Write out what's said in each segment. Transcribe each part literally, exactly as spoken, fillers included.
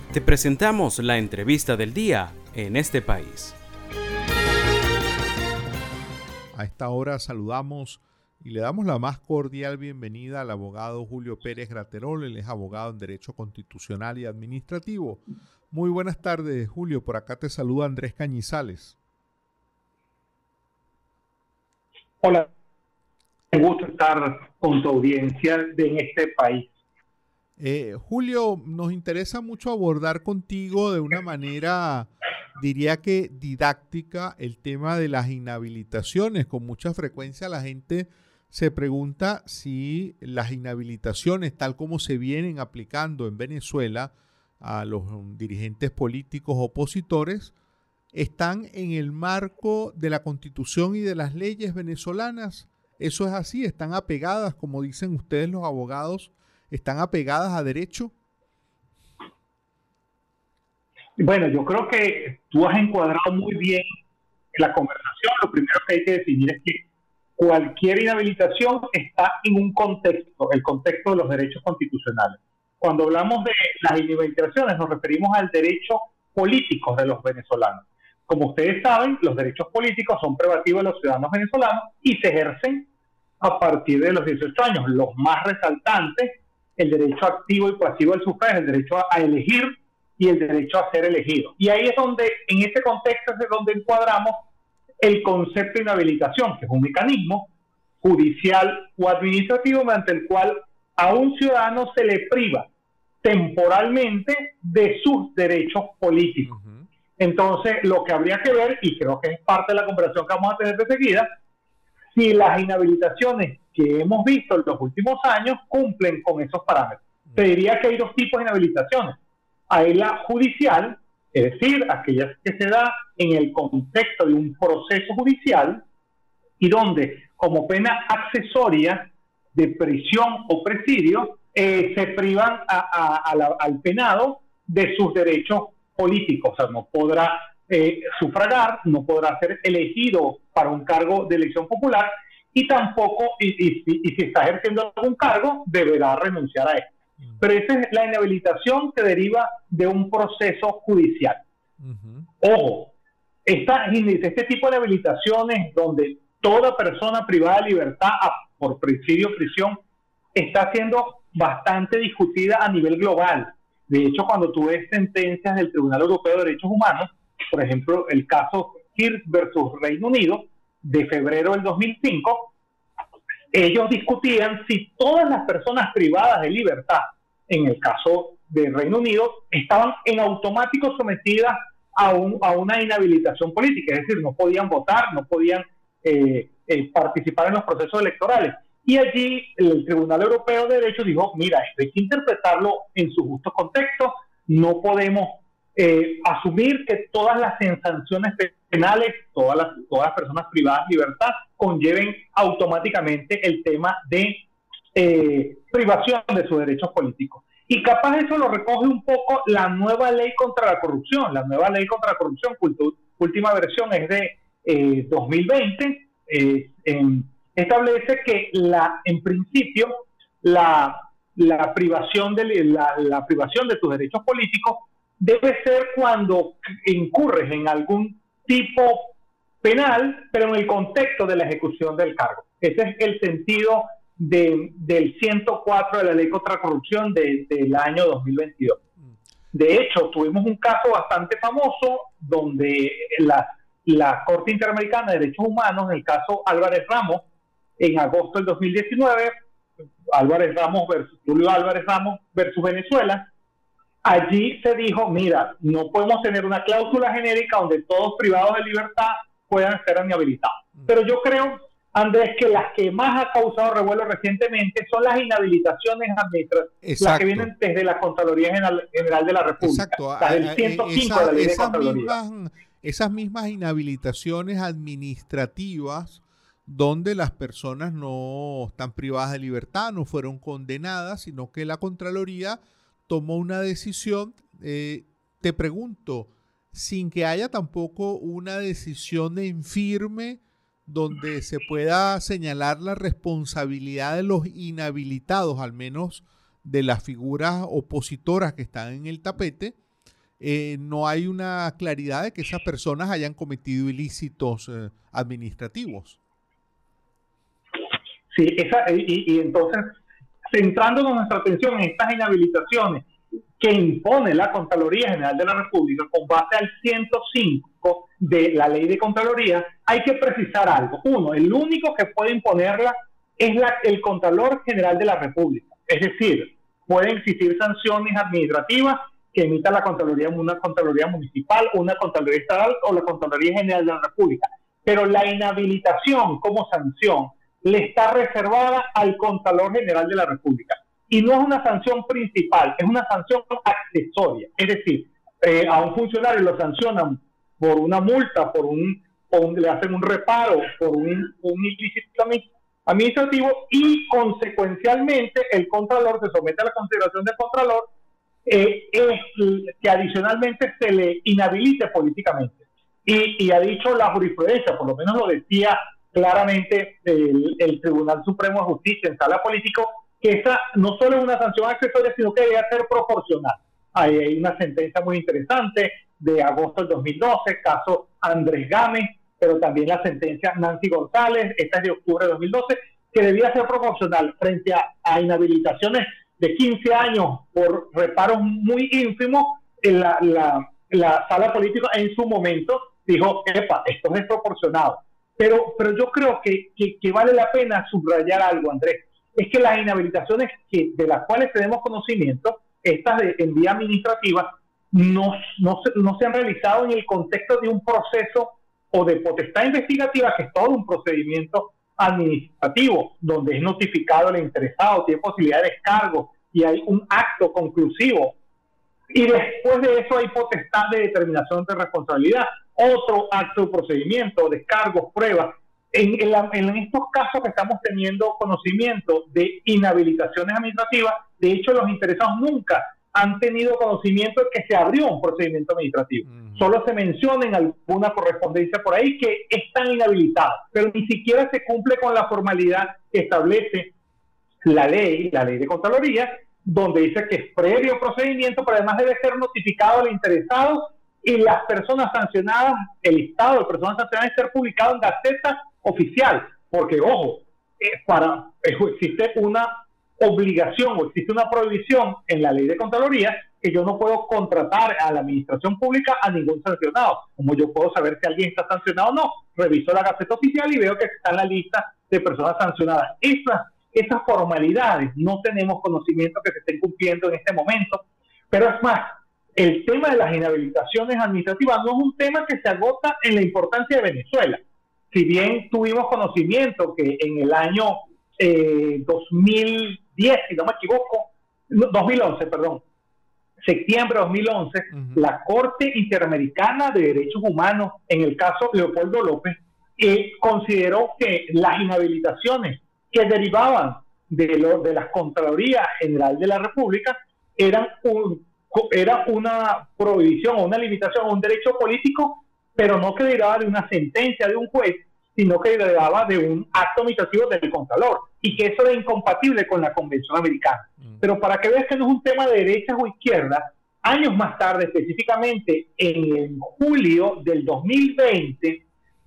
Te presentamos la entrevista del día en este país. A esta hora saludamos y le damos la más cordial bienvenida al abogado Julio Pérez Graterol. Él es abogado en Derecho Constitucional y Administrativo. Muy buenas tardes, Julio. Por acá te saluda Andrés Cañizales. Hola, me gusta estar con tu audiencia de en este país. Eh, Julio, nos interesa mucho abordar contigo de una manera, diría que didáctica, el tema de las inhabilitaciones. Con mucha frecuencia la gente se pregunta si las inhabilitaciones, tal como se vienen aplicando en Venezuela a los dirigentes políticos opositores, están en el marco de la Constitución y de las leyes venezolanas. ¿Eso es así? ¿Están apegadas, como dicen ustedes los abogados, están apegadas a derecho? Bueno, yo creo que tú has encuadrado muy bien la conversación. Lo primero que hay que definir es que cualquier inhabilitación está en un contexto, el contexto de los derechos constitucionales. Cuando hablamos de las inhabilitaciones nos referimos al derecho político de los venezolanos. Como ustedes saben, los derechos políticos son privativos de los ciudadanos venezolanos y se ejercen a partir de los dieciocho años. Los más resaltantes, el derecho activo y pasivo al sufragio, el derecho a, a elegir y el derecho a ser elegido. Y ahí es donde, en ese contexto es donde encuadramos el concepto de inhabilitación, que es un mecanismo judicial o administrativo mediante el cual a un ciudadano se le priva temporalmente de sus derechos políticos. Uh-huh. Entonces, lo que habría que ver, y creo que es parte de la conversación que vamos a tener de seguida, si las inhabilitaciones que hemos visto en los últimos años cumplen con esos parámetros. Te diría que hay dos tipos de inhabilitaciones. Hay la judicial, es decir, aquellas que se da en el contexto de un proceso judicial y donde, como pena accesoria de prisión o presidio, eh, se privan a, a, a la, al penado de sus derechos políticos. O sea, no podrá eh, sufragar, no podrá ser elegido para un cargo de elección popular y tampoco, y, y, y si está ejerciendo algún cargo, deberá renunciar a él. Pero esa es la inhabilitación que deriva de un proceso judicial. Uh-huh. Ojo, esta, este tipo de inhabilitaciones donde toda persona privada de libertad por presidio o prisión está siendo bastante discutida a nivel global. De hecho, cuando tú ves sentencias del Tribunal Europeo de Derechos Humanos, por ejemplo, el caso Hirst versus Reino Unido, de febrero del dos mil cinco, ellos discutían si todas las personas privadas de libertad, en el caso de Reino Unido, estaban en automático sometidas a, un, a una inhabilitación política, es decir, no podían votar, no podían eh, eh, participar en los procesos electorales. Y allí el Tribunal Europeo de Derechos dijo, mira, esto hay que interpretarlo en su justo contexto, no podemos eh, asumir que todas las sanciones penales, todas las, todas las personas privadas de libertad, conlleven automáticamente el tema de eh, privación de sus derechos políticos. Y capaz eso lo recoge un poco la nueva ley contra la corrupción. La nueva ley contra la corrupción, cultu, última versión es de eh, dos mil veinte, eh, en, establece que la, en principio la, la, privación de, la, la privación de tus derechos políticos debe ser cuando incurres en algún tipo penal, pero en el contexto de la ejecución del cargo. Ese es el sentido de, del ciento cuatro de la Ley contra la Corrupción de, del año dos mil veintidós. De hecho, tuvimos un caso bastante famoso donde la, la Corte Interamericana de Derechos Humanos, en el caso Álvarez Ramos, en agosto del dos mil diecinueve, Álvarez Ramos versus Julio Álvarez Ramos versus Venezuela, allí se dijo, mira, no podemos tener una cláusula genérica donde todos privados de libertad puedan ser inhabilitados. Pero yo creo, Andrés, que las que más ha causado revuelo recientemente son las inhabilitaciones administrativas, las que vienen desde la Contraloría General, General de la República. Exacto. Las del ciento cinco Esa, de la ley de Contraloría. Mismas, esas mismas inhabilitaciones administrativas donde las personas no están privadas de libertad, no fueron condenadas, sino que la Contraloría tomó una decisión. Eh, te pregunto, sin que haya tampoco una decisión en firme donde se pueda señalar la responsabilidad de los inhabilitados, al menos de las figuras opositoras que están en el tapete, eh, no hay una claridad de que esas personas hayan cometido ilícitos eh, administrativos. Sí, esa, y, y entonces, centrándonos nuestra atención en estas inhabilitaciones que impone la Contraloría General de la República con base al ciento cinco de la Ley de Contraloría, hay que precisar algo. Uno, el único que puede imponerla es la, el Contralor General de la República. Es decir, pueden existir sanciones administrativas que emita la Contraloría, una Contraloría Municipal, una Contraloría Estatal o la Contraloría General de la República. Pero la inhabilitación como sanción le está reservada al Contralor General de la República. Y no es una sanción principal, es una sanción accesoria. Es decir, eh, a un funcionario lo sancionan por una multa, por un, por un le hacen un reparo, por un, un ilícito administrativo, y consecuencialmente el Contralor se somete a la consideración del Contralor eh, es que adicionalmente se le inhabilite políticamente. Y, y ha dicho la jurisprudencia, por lo menos lo decía claramente el, el Tribunal Supremo de Justicia en sala político, que esa no solo es una sanción accesoria, sino que debe ser proporcional. Hay, hay una sentencia muy interesante de agosto del dos mil doce, caso Andrés Gámez, pero también la sentencia Nancy González, esta es de octubre de dos mil doce, que debía ser proporcional frente a, a inhabilitaciones de quince años por reparos muy ínfimos. En la, la, la sala política en su momento dijo, epa, esto es desproporcionado. Pero, pero yo creo que, que, que vale la pena subrayar algo, Andrés. Es que las inhabilitaciones que, de las cuales tenemos conocimiento, estas de, en vía administrativa, no, no, se, no se han realizado en el contexto de un proceso o de potestad investigativa, que es todo un procedimiento administrativo, donde es notificado el interesado, tiene posibilidad de descargo y hay un acto conclusivo. Y después de eso hay potestad de determinación de responsabilidad, otro acto de procedimiento, descargos, pruebas. En, en, la, en estos casos que estamos teniendo conocimiento de inhabilitaciones administrativas, de hecho los interesados nunca han tenido conocimiento de que se abrió un procedimiento administrativo. Uh-huh. Solo se menciona en alguna correspondencia por ahí que están inhabilitados, pero ni siquiera se cumple con la formalidad que establece la ley, la ley de Contraloría, donde dice que es previo procedimiento, pero además debe ser notificado al interesado y las personas sancionadas, el listado de personas sancionadas debe ser publicado en Gaceta Oficial, porque ojo, eh, para eh, existe una obligación o existe una prohibición en la ley de Contraloría que yo no puedo contratar a la administración pública a ningún sancionado. Como yo puedo saber si alguien está sancionado o no, reviso la Gaceta Oficial y veo que está en la lista de personas sancionadas. Esas, esas formalidades no tenemos conocimiento que se estén cumpliendo en este momento, pero es más, el tema de las inhabilitaciones administrativas no es un tema que se agota en la importancia de Venezuela. Si bien tuvimos conocimiento que en el año eh, dos mil diez, si no me equivoco, dos mil once, perdón, septiembre de dos mil once, uh-huh. la Corte Interamericana de Derechos Humanos, en el caso Leopoldo López, eh, consideró que las inhabilitaciones que derivaban de, lo, de la Contraloría General de la República eran, un, era una prohibición o una limitación a un derecho político, pero no que derivaba de una sentencia de un juez, sino que derivaba de un acto administrativo del Contralor, y que eso era incompatible con la Convención Americana. Mm. Pero para que veas que no es un tema de derechas o izquierdas, años más tarde, específicamente en julio del dos mil veinte,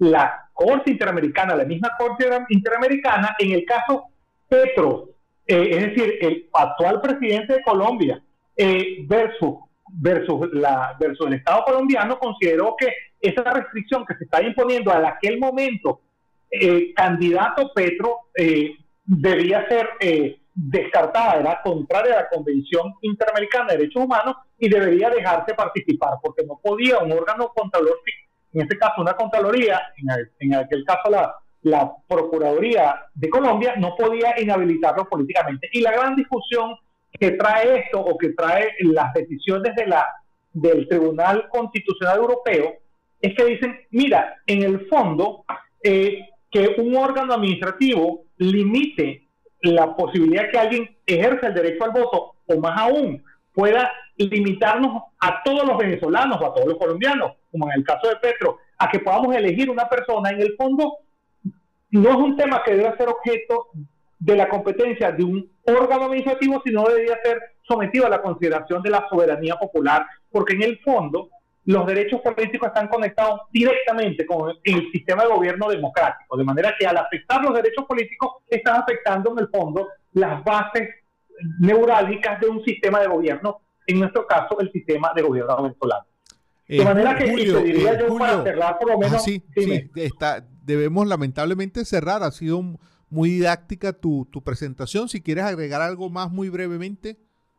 la Corte Interamericana, la misma Corte Interamericana, en el caso Petro, eh, es decir, el actual presidente de Colombia, eh, versus, versus, la, versus el Estado colombiano, consideró que esa restricción que se está imponiendo a aquel momento eh, candidato Petro eh, debía ser eh, descartada, era contraria a la Convención Interamericana de Derechos Humanos y debería dejarse participar, porque no podía un órgano contralor, en este caso una Contraloría, en, el, en aquel caso la, la Procuraduría de Colombia, no podía inhabilitarlo políticamente. Y la gran discusión que trae esto, o que trae las decisiones de la, del Tribunal Constitucional Europeo, es que dicen, mira, en el fondo, eh, que un órgano administrativo limite la posibilidad que alguien ejerza el derecho al voto, o más aún, pueda limitarnos a todos los venezolanos o a todos los colombianos, como en el caso de Petro, a que podamos elegir una persona. En el fondo, no es un tema que debe ser objeto de la competencia de un órgano administrativo, sino debería ser sometido a la consideración de la soberanía popular, porque en el fondo los derechos políticos están conectados directamente con el sistema de gobierno democrático, de manera que al afectar los derechos políticos están afectando en el fondo las bases neurálgicas de un sistema de gobierno, en nuestro caso el sistema de gobierno venezolano. De eh, manera que Julio, y te diría eh, yo Julio, para cerrar por lo menos... ah, sí, sí, está, debemos lamentablemente cerrar, ha sido muy didáctica tu, tu presentación, si quieres agregar algo más muy brevemente.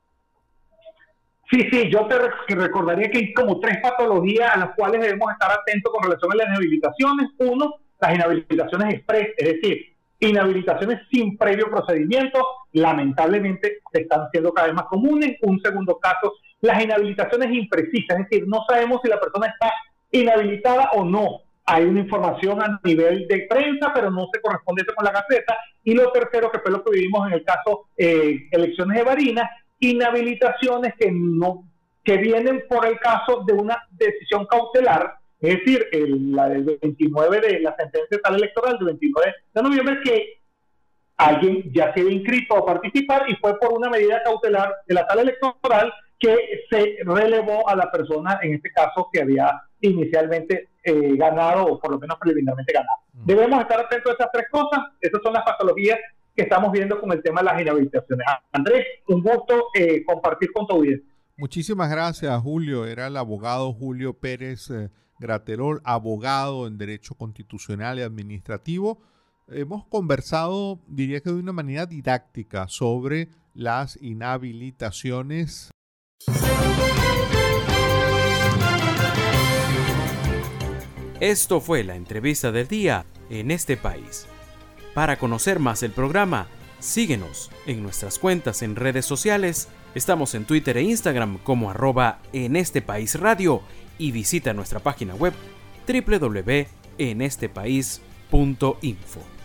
Sí, sí, yo te recordaría que hay como tres patologías a las cuales debemos estar atentos con relación a las inhabilitaciones. Uno, las inhabilitaciones express, es decir, inhabilitaciones sin previo procedimiento, lamentablemente se están siendo cada vez más comunes. Un segundo caso, las inhabilitaciones imprecisas, es decir, no sabemos si la persona está inhabilitada o no. Hay una información a nivel de prensa, pero no se corresponde con la Gaceta. Y lo tercero, que fue lo que vivimos en el caso eh, elecciones de Barinas, inhabilitaciones que no que vienen por el caso de una decisión cautelar, es decir, el, la del veintinueve de la sentencia tal electoral del veintinueve de noviembre, que alguien ya se había inscrito a participar y fue por una medida cautelar de la tal electoral que se relevó a la persona, en este caso, que había inicialmente eh, ganado o por lo menos preliminarmente ganado. Mm. Debemos estar atentos a estas tres cosas. Esas son las patologías que estamos viendo con el tema de las inhabilitaciones. Andrés, un gusto eh, compartir con tu audiencia. Muchísimas gracias, Julio. Era el abogado Julio Pérez eh, Graterol, abogado en Derecho Constitucional y Administrativo. Hemos conversado, diría que de una manera didáctica, sobre las inhabilitaciones. Esto fue la entrevista del día en este país. Para conocer más el programa, síguenos en nuestras cuentas en redes sociales. Estamos en Twitter e Instagram como arroba en este país radio y visita nuestra página web doble u doble u doble u punto en este país punto info.